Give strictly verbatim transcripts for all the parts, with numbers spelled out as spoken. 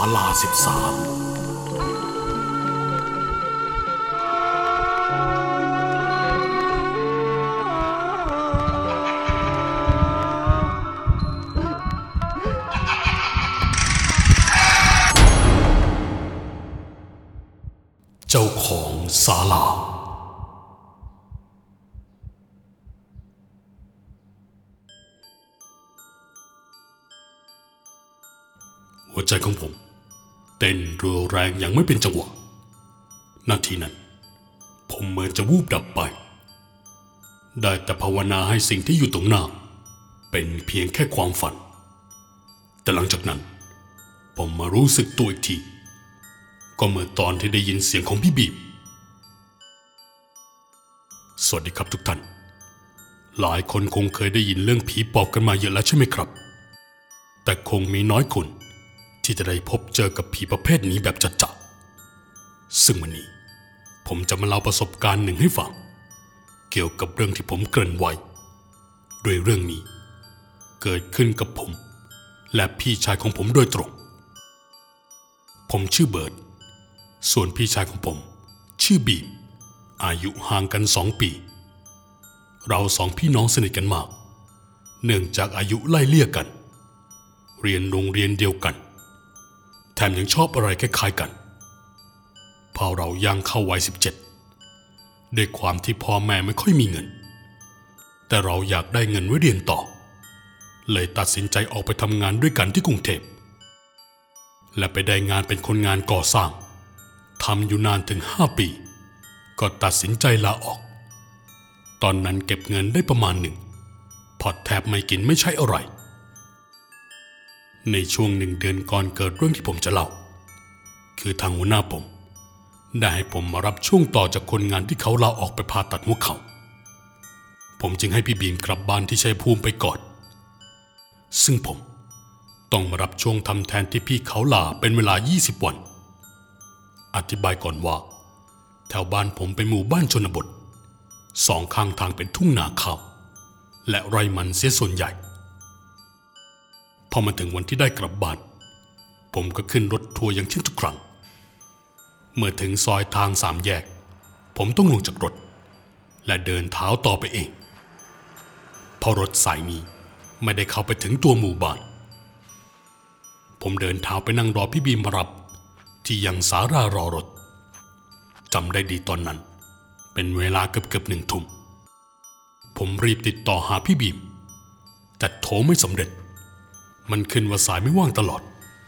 ลาสิบสามเจ้าของศาลาหัวใจของผมเต้นรัวแรงอย่างไม่เป็นจังหวะนาทีนั้นผมเหมือนจะวูบดับไปได้แต่ภาวนาให้สิ่งที่อยู่ตรงหน้าเป็นเพียงแค่ความฝันแต่หลังจากนั้นผมมารู้สึกตัวอีกทีก็เมื่อตอนที่ได้ยินเสียงของพี่บีมสวัสดีครับทุกท่านหลายคนคงเคยได้ยินเรื่องผีปอบกันมาเยอะแล้วใช่ไหมครับแต่คงมีน้อยคนที่จะได้พบเจอกับผีประเภทนี้แบบจัดๆซึ่งวันนี้ผมจะมาเล่าประสบการณ์หนึ่งให้ฟังเกี่ยวกับเรื่องที่ผมเกริ่นไว้โดยเรื่องนี้เกิดขึ้นกับผมและพี่ชายของผมโดยตรงผมชื่อเบิร์ดส่วนพี่ชายของผมชื่อบีมอายุห่างกันสองปีเราสองพี่น้องสนิทกันมากเนื่องจากอายุไล่เลี่ยกันเรียนโรงเรียนเดียวกันแถมยังชอบอะไรคล้ายๆกันพอเราย่างเข้าวัยสิบเจ็ดด้วยความที่พ่อแม่ไม่ค่อยมีเงินแต่เราอยากได้เงินไว้เรียนต่อเลยตัดสินใจออกไปทำงานด้วยกันที่กรุงเทพและไปได้งานเป็นคนงานก่อสร้างทำอยู่นานถึงห้าปีก็ตัดสินใจลาออกตอนนั้นเก็บเงินได้ประมาณหนึ่งพอแทบไม่กินไม่ใช่อะไรในช่วงหนึ่งเดือนก่อนเกิดเรื่องที่ผมจะเล่าคือทางหัวหน้าผมได้ให้ผมมารับช่วงต่อจากคนงานที่เขาลาออกไปผ่าตัดหัวเข่าผมจึงให้พี่บีมกลับบ้านที่ชัยภูมิไปก่อนซึ่งผมต้องมารับช่วงทำแทนที่พี่เขาลาเป็นเวลายี่สิบวันอธิบายก่อนว่าแถวบ้านผมเป็นหมู่บ้านชนบทสองข้างทางเป็นทุ่งนาข้าวและไร่มันเสียส่วนใหญ่พอมาถึงวันที่ได้กลับบ้านผมก็ขึ้นรถทัวร์อย่างเช่นทุกครั้งเมื่อถึงซอยทางสามแยกผมต้องลงจากรถและเดินเท้าต่อไปเองเพราะรถสายนี้ไม่ได้เข้าไปถึงตัวหมู่บ้านผมเดินเท้าไปนั่งรอพี่บีมมารับที่ยังศาลารอรถจำได้ดีตอนนั้นเป็นเวลาเกือบเกือบหนึ่งทุ่มผมรีบติดต่อหาพี่บีมแต่โทรไม่สำเร็จมันขึ้นว่าสายไม่ว่างตลอด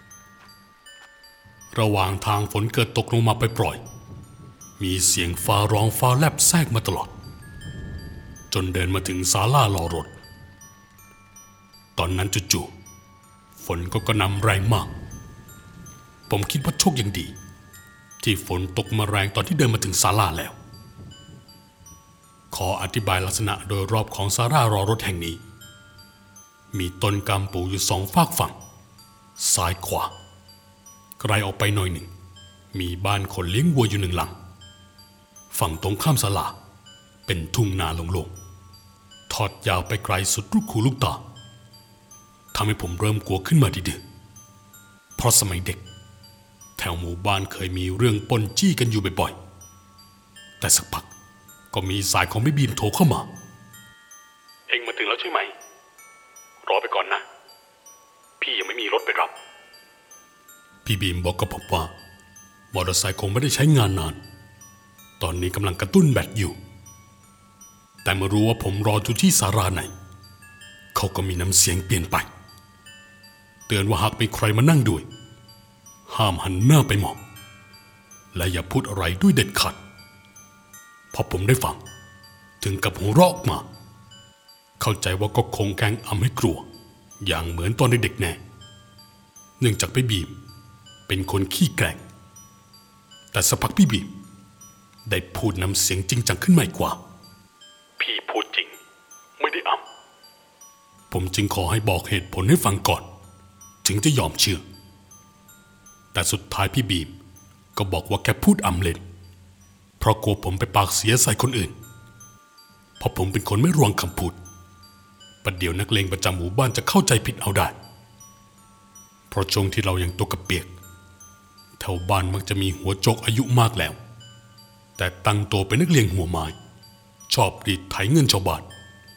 ระหว่างทางฝนเกิดตกลงมาไปปล่อยมีเสียงฟ้าร้องฟ้าแลบแทรกมาตลอดจนเดินมาถึงศาลารอรถตอนนั้นจู่ๆฝนก็กระหน่ำแรงมากผมคิดว่าโชคยังดีที่ฝนตกมาแรงตอนที่เดินมาถึงศาลาแล้วขออธิบายลักษณะโดยรอบของศาลารอรถแห่งนี้มีต้นกำปูอยู่สองฝากฝั่งซ้ายขวาไกลออกไปหน่อยหนึ่งมีบ้านคนเลี้ยงวัวอยู่หนึ่งหลังฝั่งตรงข้ามศาลาเป็นทุ่งนาโล่งๆทอดยาวไปไกลสุดลูกหูลูกตาทำให้ผมเริ่มกลัวขึ้นมาดื้อๆเพราะสมัยเด็กแถวหมู่บ้านเคยมีเรื่องปล้นจี้กันอยู่บ่อยๆแต่สักพักก็มีสายของพี่บีมโทรเข้ามาเอ็งมาถึงแล้วใช่ไหมรอไปก่อนนะพี่ยังไม่มีรถไปรับพี่บีมบอกกับผมว่ามอเตอร์ไซค์คงไม่ได้ใช้งานนานตอนนี้กำลังกระตุ้นแบตอยู่แต่เมื่อรู้ว่าผมรออยู่ที่ศาลาไหนเขาก็มีน้ำเสียงเปลี่ยนไปเตือนว่าหากมีใครมานั่งด้วยห้ามหันหน้าไปมองและอย่าพูดอะไรด้วยเด็ดขาดพอผมได้ฟังถึงกับหัวเราะออกมาเข้าใจว่าก็คงแกล้งอำให้กลัวอย่างเหมือนตอนเด็กๆแน่เนื่องจากพี่บีมเป็นคนขี้แกล้งแต่สักพักพี่บีมได้พูดน้ำเสียงจริงจังขึ้นมาอีกว่าพี่พูดจริงไม่ได้อำผมจึงขอให้บอกเหตุผลให้ฟังก่อนถึงจะยอมเชื่อแต่สุดท้ายพี่บีมก็บอกว่าแค่พูดอำเล่นเพราะกลัวผมไปปากเสียใส่คนอื่นเพราะผมเป็นคนไม่ระวังคำพูดประเดี๋ยวนักเลงประจำหมู่บ้านจะเข้าใจผิดเอาได้เพราะช่วงที่เรายังตัวกระเปียกแถวบ้านมักจะมีหัวโจกอายุมากแล้วแต่ตั้งตัวเป็นนักเลงหัวไม้ชอบรีดไถเงินชาวบ้าน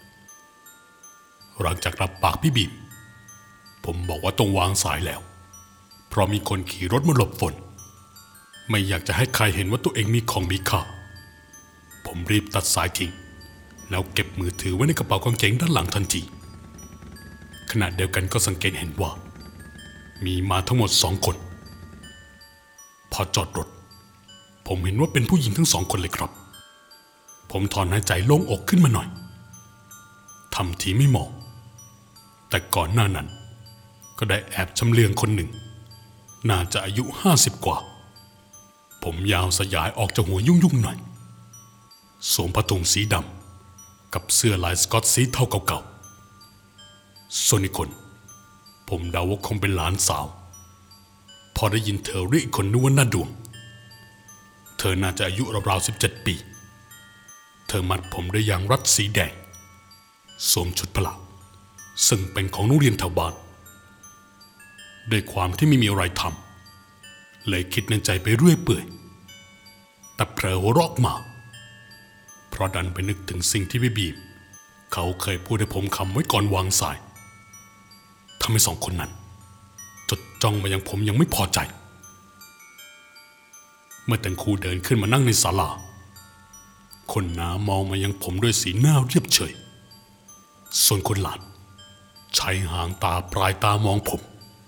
หลังจากรับปากพี่บีมผมบอกว่าต้องวางสายแล้วเพราะมีคนขี่รถมาหลบฝนไม่อยากจะให้ใครเห็นว่าตัวเองมีของมีค่าผมรีบตัดสายทิ้งแล้วเก็บมือถือไว้ในกระเป๋ากางเกงด้านหลังทันทีขณะเดียวกันก็สังเกตเห็นว่ามีมาทั้งหมดสองคนพอจอดรถผมเห็นว่าเป็นผู้หญิงทั้งสองคนเลยครับผมถอนหายใจโล่งอกขึ้นมาหน่อยทำทีไม่มองแต่ก่อนหน้านั้นก็ได้แอบชำเลืองคนหนึ่งน่าจะอายุห้าสิบกว่าผมยาวสยายออกจากหัวยุ่งๆหน่อยสวมผ้าถุงสีดำกับเสื้อลายสก๊อตสีเทาเก่าๆส่วนอีกคนผมเดาว่าคงเป็นหลานสาวพอได้ยินเธอเรียกอีกคนนึกว่าหน้าดวงเธอน่าจะอายุราวๆสิบเจ็ดปีเธอมัดผมด้วยยางรัดสีแดงสวมชุดพละซึ่งเป็นของโรงเรียนแถวบ้านด้วยความที่ไม่มีอะไรทำเลยคิดในใจไปเรื่อยเปื่อยแต่เผลอหัวเราะมาเพราะดันไปนึกถึงสิ่งที่พี่บีมเขาเคยพูดให้ผมคำไว้ก่อนวางสายทำให้สองคนนั้นจดจ้องมายังผมยังไม่พอใจเมื่อแต่งครูเดินขึ้นมานั่งในศาลาคนน้ามองมายังผมด้วยสีหน้าเรียบเฉยส่วนคนหลานใช้หางตาปลายตามองผม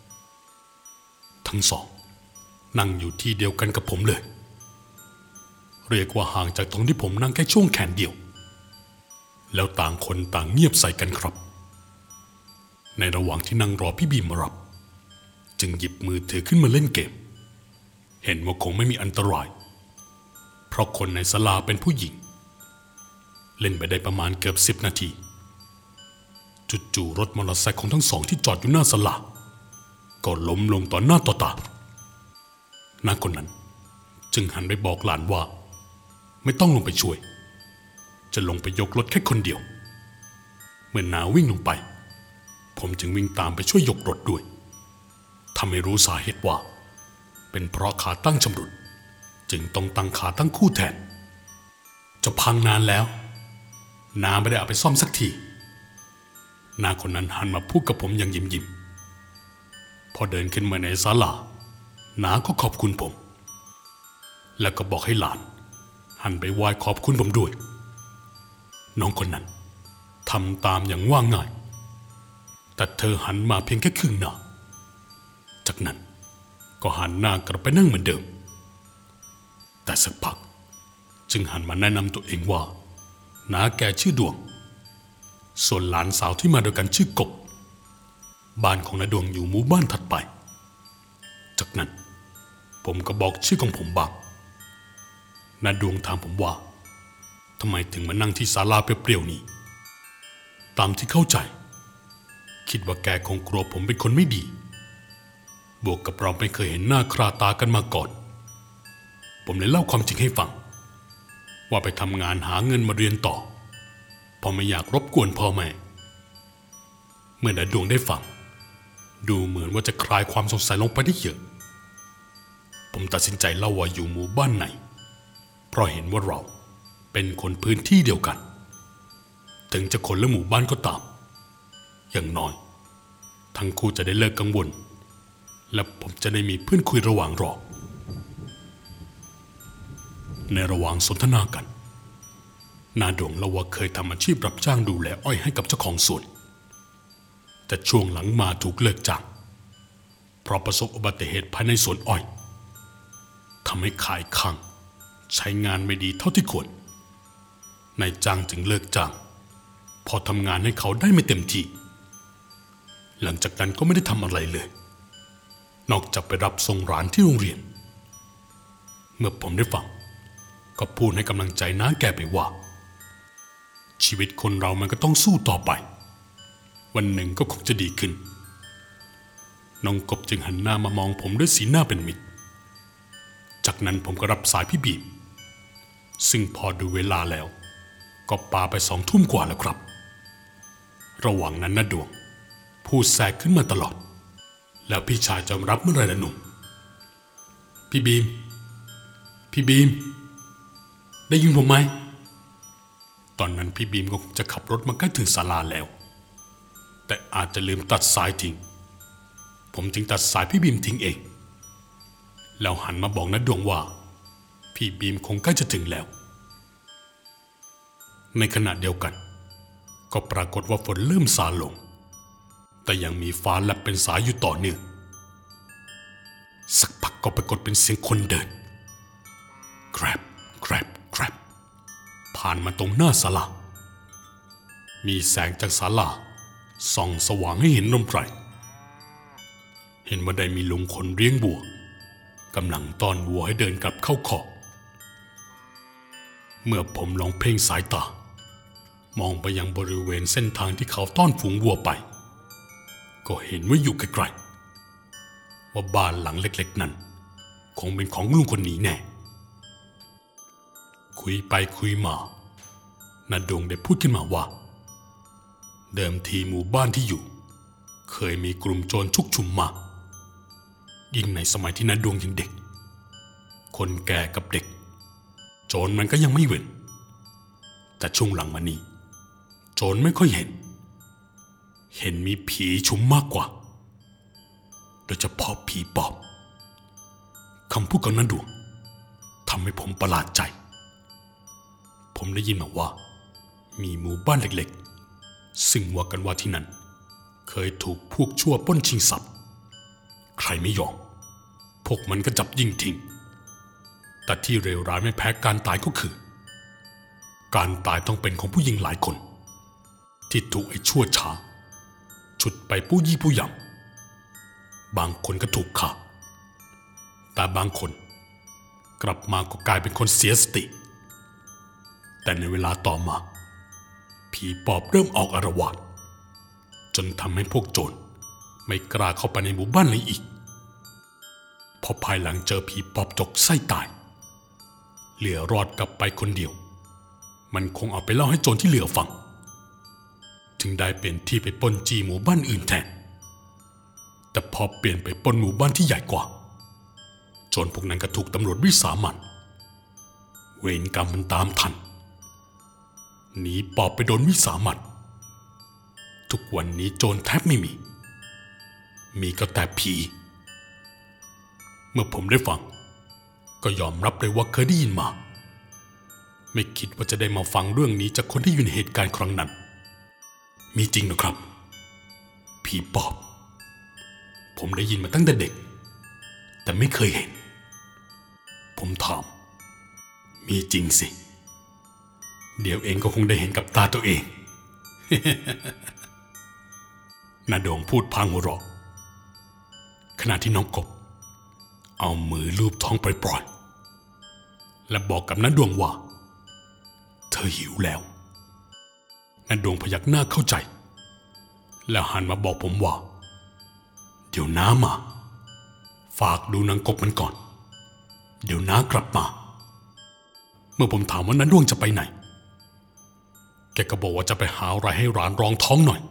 ทั้งสองนั่งอยู่ที่เดียวกันกับผมเลยเรียกว่าห่างจากตรงที่ผมนั่งแค่ช่วงแขนเดียวแล้วต่างคนต่างเงียบใส่กันครับในระหว่างที่นั่งรอพี่บีมมารับจึงหยิบมือถือขึ้นมาเล่นเกมเห็นว่าคงไม่มีอันตรายเพราะคนในศาลาเป็นผู้หญิงเล่นไปได้ประมาณเกือบสิบนาทีจู่ๆรถมอเตอร์ไซค์ของทั้งสองที่จอดอยู่หน้าศาลาก็ล้มลงต่อหน้าต่อตาน้าคนนั้นจึงหันไปบอกหลานว่าไม่ต้องลงไปช่วยจะลงไปยกรถแค่คนเดียวเมื่อน้าวิ่งลงไปผมจึงวิ่งตามไปช่วยยกรถด้วยทำให้รู้สาเหตุว่าเป็นเพราะขาตั้งชำรุดจึงต้องตั้งขาตั้งคู่แทนจะพังนานแล้วน้าไม่ได้เอาไปซ่อมสักทีน้าคนนั้นหันมาพูดกับผมอย่างยิ้มยิ้มพอเดินขึ้นมาในศาลาน้าก็ขอบคุณผมแล้วก็บอกให้หลานหันไปไหว้ขอบคุณผมด้วยน้องคนนั้นทำตามอย่างว่าง่ายแต่เธอหันมาเพียงแค่ครึ่งหน้าจากนั้นก็หันหน้ากลับไปนั่งเหมือนเดิมแต่สักพักจึงหันมาแนะนำตัวเองว่าน้าแกชื่อดวงส่วนหลานสาวที่มาด้วยกันชื่อกบบ้านของน้าดวงอยู่หมู่บ้านถัดไปจากนั้นผมก็บอกชื่อของผมบ้างน้าดวงถามผมว่าทำไมถึงมานั่งที่ศาลาเปรี้ยวๆนี้ตามที่เข้าใจคิดว่าแกคงกลัวผมเป็นคนไม่ดีบวกกับเราไม่เคยเห็นหน้าคราตากันมาก่อนผมเลยเล่าความจริงให้ฟังว่าไปทำงานหาเงินมาเรียนต่อเพราะไม่อยากรบกวนพ่อแม่เมื่อน้าดวงได้ฟังดูเหมือนว่าจะคลายความสงสัยลงไปได้เยอะผมตัดสินใจเล่าว่าอยู่หมู่บ้านไหนเพราะเห็นว่าเราเป็นคนพื้นที่เดียวกันถึงจะคนละหมู่บ้านก็ตามอย่างน้อยทั้งคู่จะได้เลิกกังวลและผมจะได้มีเพื่อนคุยระหว่างรอในระหว่างสนทนากันนาดวงเล่าว่าเคยทำอาชีพรับจ้างดูแลอ้อยให้กับเจ้าของสวนแต่ช่วงหลังมาถูกเลิกจ้างเพราะประสบอุบัติเหตุภายในสวนอ้อยทำให้ขายข้างใช้งานไม่ดีเท่าที่ควรนายจ้างจึงเลิกจ้างพอทำงานให้เขาได้ไม่เต็มที่หลังจากนั้นก็ไม่ได้ทำอะไรเลยนอกจากไปรับส่งหลานที่โรงเรียนเมื่อผมได้ฟังก็พูดให้กำลังใจน้าแกไปว่าชีวิตคนเรามันก็ต้องสู้ต่อไปวันหนึ่งก็คงจะดีขึ้นน้องกบจึงหันหน้ามามองผมด้วยสีหน้าเป็นมิตรจากนั้นผมก็รับสายพี่บีมซึ่งพอดูเวลาแล้วก็ปาไปสองทุ่มกว่าแล้วครับระหว่างนั้นน้าดวงพูดแทรกขึ้นมาตลอดแล้วพี่ชายจะรับเมื่อไรล่ะหนุ่มพี่บีมพี่บีมได้ยินผมไหมตอนนั้นพี่บีมก็คงจะขับรถมาใกล้ถึงศาลาแล้วแต่อาจจะลืมตัดสายทิ้งผมจึงตัดสายพี่บีมทิ้งเองแล้วหันมาบอกณดวงว่าพี่บีมคงใกล้จะถึงแล้วในขณะเดียวกันก็ปรากฏว่าฝนเริ่มซาลงแต่ยังมีฟ้าแลบเป็นสายอยู่ต่อเนื่องสักพักก็ปรากฏเป็นเสียงคนเดินแกรบแกรบแกรบผ่านมาตรงหน้าศาลามีแสงจากศาลาส่องสว่างให้เห็นลมไพรเห็นว่าได้มีลุงคนเลี้ยงวัวกำลังต้อนวัวให้เดินกลับเข้าคอกเมื่อผมลองเพ่งสายตามองไปยังบริเวณเส้นทางที่เขาต้อนฝูงวัวไปก็เห็นว่าอยู่ไกลๆว่าบ้านหลังเล็กๆนั้นคงเป็นของลุงคนนี้แน่คุยไปคุยมานาดงได้พูดขึ้นมาว่าเดิมทีหมู่บ้านที่อยู่เคยมีกลุ่มโจรชุกชุมมากยิ่งในสมัยที่นาดงยังเด็กคนแก่กับเด็กโจรมันก็ยังไม่เว้นแต่ช่วงหลังมานี้โจรไม่ค่อยเห็นเห็นมีผีชุมมากกว่าโดยเฉพาะผีปอบคำพูดของนาดงทำให้ผมประหลาดใจผมได้ยินมาว่ามีหมู่บ้านเล็กๆซึ่งว่ากันว่าที่นั่นเคยถูกพวกชั่วปล้นชิงทรัพย์ใครไม่ยอมพวกมันก็จับยิงทิ้งแต่ที่เลวร้ายไม่แพ้การตายก็คือการตายต้องเป็นของผู้หญิงหลายคนที่ถูกไอ้ชั่วช้าฉุดไปปู้ยี่ปู้ยำบางคนก็ถูกฆ่าแต่บางคนกลับมาก็กลายเป็นคนเสียสติแต่ในเวลาต่อมาผีปอบเริ่มออกอาละวาดจนทำให้พวกโจรไม่กล้าเข้าไปในหมู่บ้านเลยอีกพอภายหลังเจอผีปอบจกไส้ตายเหลือรอดกลับไปคนเดียวมันคงเอาไปเล่าให้โจรที่เหลือฟังถึงได้เป็นที่ไปปล้นจี้หมู่บ้านอื่นแทนแต่พอเปลี่ยนไปปล้นหมู่บ้านที่ใหญ่กว่าโจรพวกนั้นก็ถูกตำรวจวิสามันเวรกรรมมันตามทันหนีปอบไปโดนวิสามันทุกวันนี้โจรแทบไม่มีมีก็แต่ผีเมื่อผมได้ฟังก็ยอมรับเลยว่าเคยได้ยินมาไม่คิดว่าจะได้มาฟังเรื่องนี้จากคนที่อยู่ในเหตุการณ์ครั้งนั้นมีจริงนะครับผีปอบผมได้ยินมาตั้งแต่เด็กแต่ไม่เคยเห็นผมถามมีจริงสิเดี๋ยวเองก็คงได้เห็นกับตาตัวเอง นาดงพูดพางหัวเราะขณะที่น้องกบเอามือลูบท้องปล่อยๆและบอกกับนาดวงว่าเธอหิวแล้วนาดวงพยักหน้าเข้าใจแล้วหันมาบอกผมว่าเดี๋ยวน้ามาฝากดูนางกบมันก่อนเดี๋ยวน้ากลับมาเมื่อผมถามว่านาดวงจะไปไหนแกก็บอกว่าจะไปหาอะไรให้ร้านรองท้องหน่อย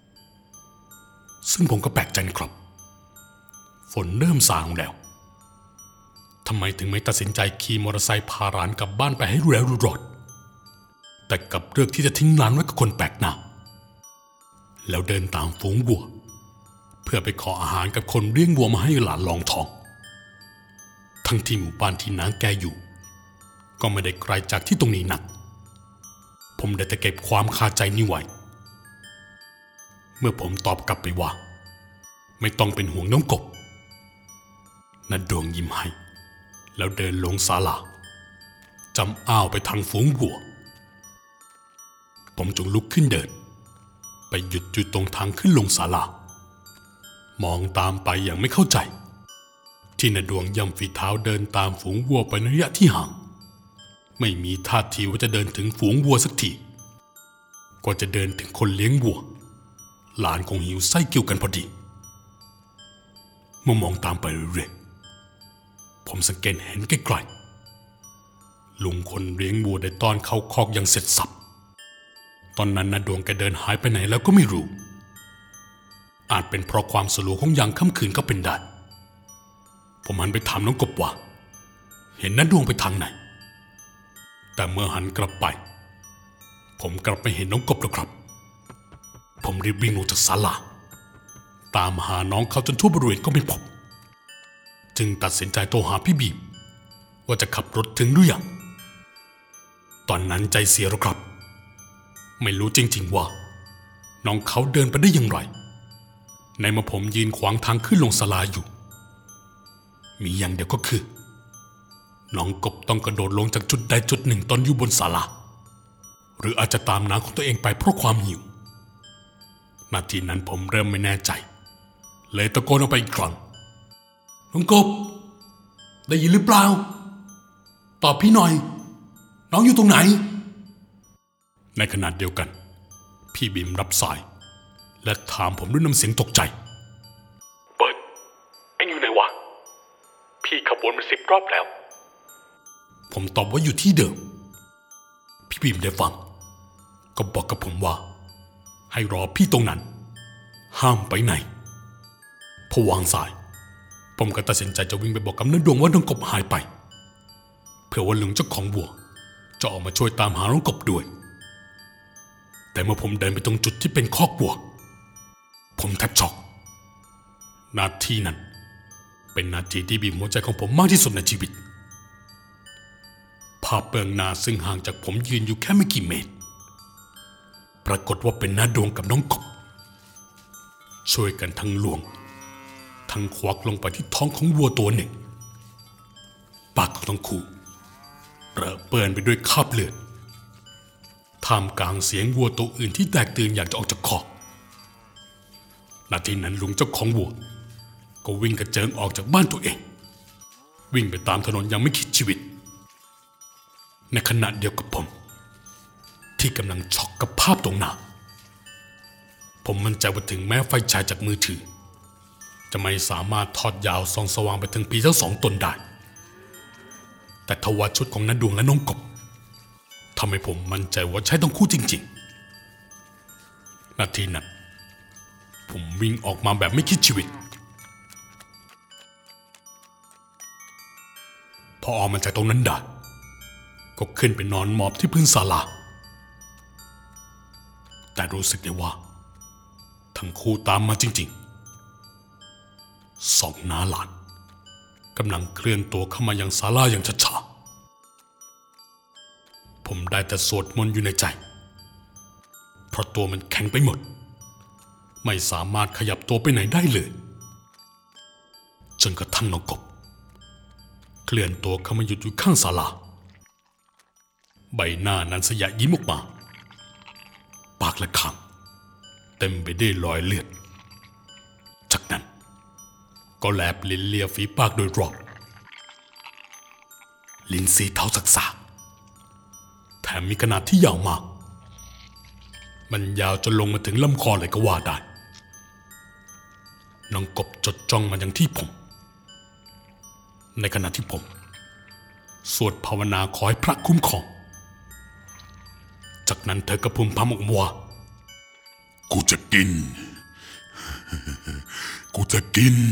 ซึ่งผมก็แปลกใจนะครับฝนเริ่มซาลงแล้วทำไมถึงไม่ตัดสินใจขี่มอเตอร์ไซค์พาร้านกลับบ้านไปให้รู้แล้วรู้รอดแต่กับเลือกที่จะทิ้งร้านไว้กับคนแปลกหน้าแล้วเดินตามฝูงวัวเพื่อไปขออาหารกับคนเลี้ยงวัวมาให้หลานลองท้องทั้งที่หมู่บ้านที่น้าแกอยู่ก็ไม่ได้ไกลจากที่ตรงนี้นักผมได้แต่เก็บความคาใจนี้ไว้เมื่อผมตอบกลับไปว่าไม่ต้องเป็นห่วงน้องกบนาดวงยิ้มให้แล้วเดินลงศาลาจำอ้าวไปทางฝูงวัวผมจึงลุกขึ้นเดินไปหยุดอยู่ตรงทางขึ้นลงศาลามองตามไปอย่างไม่เข้าใจที่นาดวงย่ำฝีเท้าเดินตามฝูงวัวไปในระยะที่ห่างไม่มีท่าทีว่าจะเดินถึงฝูงวัวสักทีกว่าจะเดินถึงคนเลี้ยงวัวหลานคงหิวไส้เกี่ยวกันพอดีเมื่อมองตามไปเรื่อยๆผมสังเกตเห็นใกล้ๆลุงคนเลี้ยงวัวได้ต้อนเข้าคอกอย่างเสร็จสับตอนนั้นนาดวงแกเดินหายไปไหนแล้วก็ไม่รู้อาจเป็นเพราะความสลัวของยามค่ำคืนก็เป็นได้ผมหันไปถามน้องกบว่าเห็นน้าดวงไปทางไหนแต่เมื่อหันกลับไปผมกลับไม่เห็นน้องกบแล้วครับผมรีบวิ่งลงจากศาลาตามหาน้องเขาจนทั่วบริเวณก็ไม่พบจึงตัดสินใจโทรหาพี่บีมว่าจะขับรถถึงหรือยังตอนนั้นใจเสียแล้วครับไม่รู้จริงๆว่าน้องเขาเดินไปได้อย่างไรในเมื่อผมยืนขวางทางขึ้นลงศาลาอยู่มีอย่างเดียวก็คือน้องกบต้องกระโดดลงจากจุดใดจุดหนึ่งตอนอยู่บนศาลาหรืออาจจะตามน้าของตัวเองไปเพราะความหิวนาทีนั้นผมเริ่มไม่แน่ใจเลยตะโกนออกไปอีกครั้งน้องกบได้ยินหรือเปล่าตอบพี่หน่อยน้องอยู่ตรงไหนในขณะเดียวกันพี่บีมรับสายและถามผมด้วยน้ำเสียงตกใจเบิร์ดเอ็งอยู่ไหนวะพี่ขับวนมาสิบรอบแล้วผมตอบว่าอยู่ที่เดิมพี่บีมได้ฟังก็บอกกับผมว่าให้รอพี่ตรงนั้นห้ามไปไหนพอวางสายผมก็ตัดสินใจจะวิ่งไปบอกกับน้าดวงว่าน้องกบหายไปเพื่อว่าลุงเจ้าของวัวจะออกมาช่วยตามหาน้องกบด้วยแต่เมื่อผมเดินไปตรงจุดที่เป็นคอกวัวผมแทบช็อกนาทีนั้นเป็นนาทีที่บีบหัวใจของผมมากที่สุดในชีวิตภาพเบื้องหน้าซึ่งห่างจากผมยืนอยู่แค่ไม่กี่เมตรปรากฏว่าเป็นน้าดวงกับน้องกบช่วยกันทั้งลวงทั้งควักลงไปที่ท้องของวัวตัวหนึ่งปากของทั้งคู่เปรอะเปื้อนไปด้วยคราบเลือดท่ามกลางเสียงวัวตัวอื่นที่แตกตื่นอยากจะออกจากคอกนาทีนั้นลุงเจ้าของวัวก็วิ่งกระเจิงออกจากบ้านตัวเองวิ่งไปตามถนนยังไม่คิดชีวิตในขณะเดียวกับผมที่กำลังช็อกกับภาพตรงหน้าผมมั่นใจว่าถึงแม้ไฟฉายจากมือถือจะไม่สามารถทอดยาวส่องสว่างไปถึงผีทั้งสองตนได้แต่ทว่าชุดของน้าดวงและน้องกบทำให้ผมมั่นใจว่าใช่ต้องคู่จริงๆนาทีนั้นผมวิ่งออกมาแบบไม่คิดชีวิตพอออกมาจากตรงนั้นได้ก็ขึ้นไปนอนหมอบที่พื้นศาลาแต่รู้สึกได้ว่าทั้งคู่ตามมาจริงๆสองน้าหลานกำลังเคลื่อนตัวเข้ามายังศาลาอย่างช้าๆผมได้แต่สวดมนต์อยู่ในใจเพราะตัวมันแข็งไปหมดไม่สามารถขยับตัวไปไหนได้เลยจนกระทั่งน้องกบเคลื่อนตัวเข้ามาหยุดอยู่ข้างศาลาใบหน้านั้นสยะยิ้มออกมาปากและคางเต็มไปด้วยรอยเลือดจากนั้นก็แลบลิ้นเลียฝีปากโดยรอบลิ้นสีเท้าสักๆแถมมีขนาดที่ยาวมากมันยาวจนลงมาถึงลำคอเลยก็ว่าได้น้องกบจดจ้องมาอย่างที่ผมในขณะที่ผมสวดภาวนาขอให้พระคุ้มครองจากนั้นเธอก็พึมพำออกมาว่ากูจะกินกูจะกิน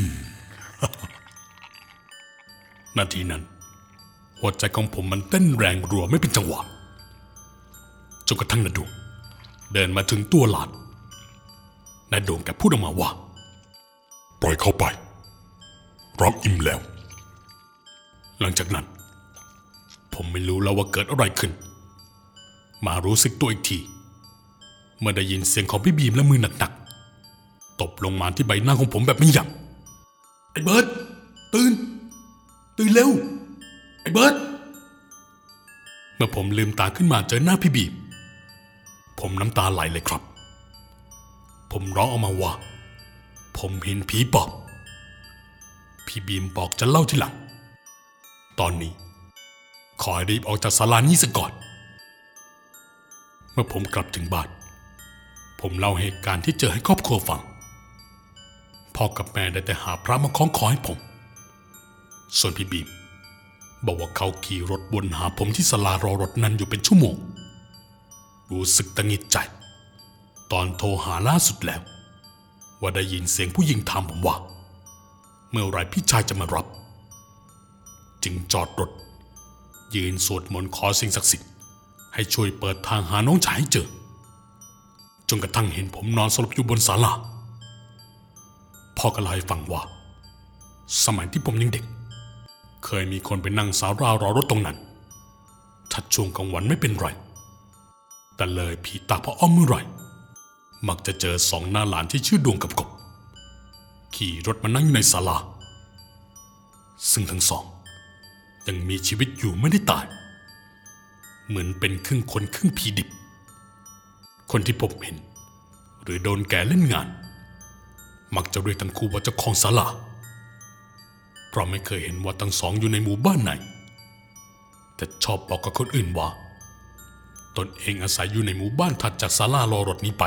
นาทีนั้นหัวใจของผมมันเต้นแรงรัวไม่เป็นจังหวะจนกระทั่งน้าดวงเดินมาถึงตัวหลานน้าดวงแกพูดออกมาว่าปล่อยเขาไปเราอิ่มแล้วหลังจากนั้นผมไม่รู้แล้วว่าเกิดอะไรขึ้นมารู้สึกตัวอีกทีเมื่อได้ยินเสียงของพี่บีมและมือหนักๆตบลงมาที่ใบหน้าของผมแบบไม่หยั้งไอ้เบิร์ดตื่นตื่นเร็วไอ้เบิร์ดเมื่อผมลืมตาขึ้นมาเจอหน้าพี่บีมผมน้ำตาไหลเลยครับผมร้องออกมาว่าผมเห็นผีปอบพี่บีมบอกจะเล่าทีหลังตอนนี้ขอให้รีบออกจากศาลานี้ซะก่อนเมื่อผมกลับถึงบ้านผมเล่าเหตุการณ์ที่เจอให้ครอบครัวฟังพ่อกับแม่ได้แต่หาพระมาคล้องคอให้ผมส่วนพี่บีมบอกว่าเขาขี่รถวนหาผมที่ศาลารอรถนั้นอยู่เป็นชั่วโมงรู้สึกตังหิดใจตอนโทรหาล่าสุดแล้วว่าได้ยินเสียงผู้หญิงถามผมว่าเมื่อไรพี่ชายจะมารับจึงจอดรถยืนสวดมนต์ขอสิ่งศักดิ์สิทธิ์ให้ช่วยเปิดทางหาน้องชายให้เจอจนกระทั่งเห็นผมนอนสลบอยู่บนศาลาพ่อก็เล่าให้ฟังว่าสมัยที่ผมยังเด็กเคยมีคนไปนั่งศาลารอรถตรงนั้นถ้าช่วงกลางวันไม่เป็นไรแต่เลยผีตาพระอ้อมเมื่อไหร่มักจะเจอสองหน้าหลานที่ชื่อดวงกับกบขี่รถมานั่งอยู่ในศาลาซึ่งทั้งสองยังมีชีวิตอยู่ไม่ได้ตายเหมือนเป็นครึ่งคนครึ่งผีดิบคนที่ผมเห็นหรือโดนแกเล่นงานมักจะเรียกทั้งคู่ว่าเจ้าของศาลาเพราะไม่เคยเห็นว่าทั้งสองอยู่ในหมู่บ้านไหนแต่ชอบบอกกับคนอื่นว่าตนเองอาศัยอยู่ในหมู่บ้านถัดจากศาลารอรถนี้ไป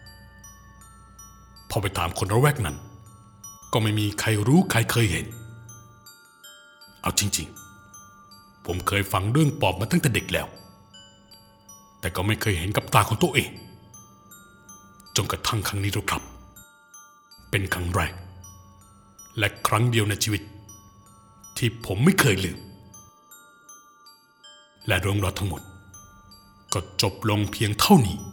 พอไปถามคนระแวกนั้นก็ไม่มีใครรู้ใครเคยเห็นเอาจริงๆผมเคยฟังเรื่องปอบมาตั้งแต่เด็กแล้วแต่ก็ไม่เคยเห็นกับตาของตัวเองจนกระทั่งครั้งนี้ครับ เป็นครั้งแรกและครั้งเดียวในชีวิตที่ผมไม่เคยลืมและเรื่องราวทั้งหมดก็จบลงเพียงเท่านี้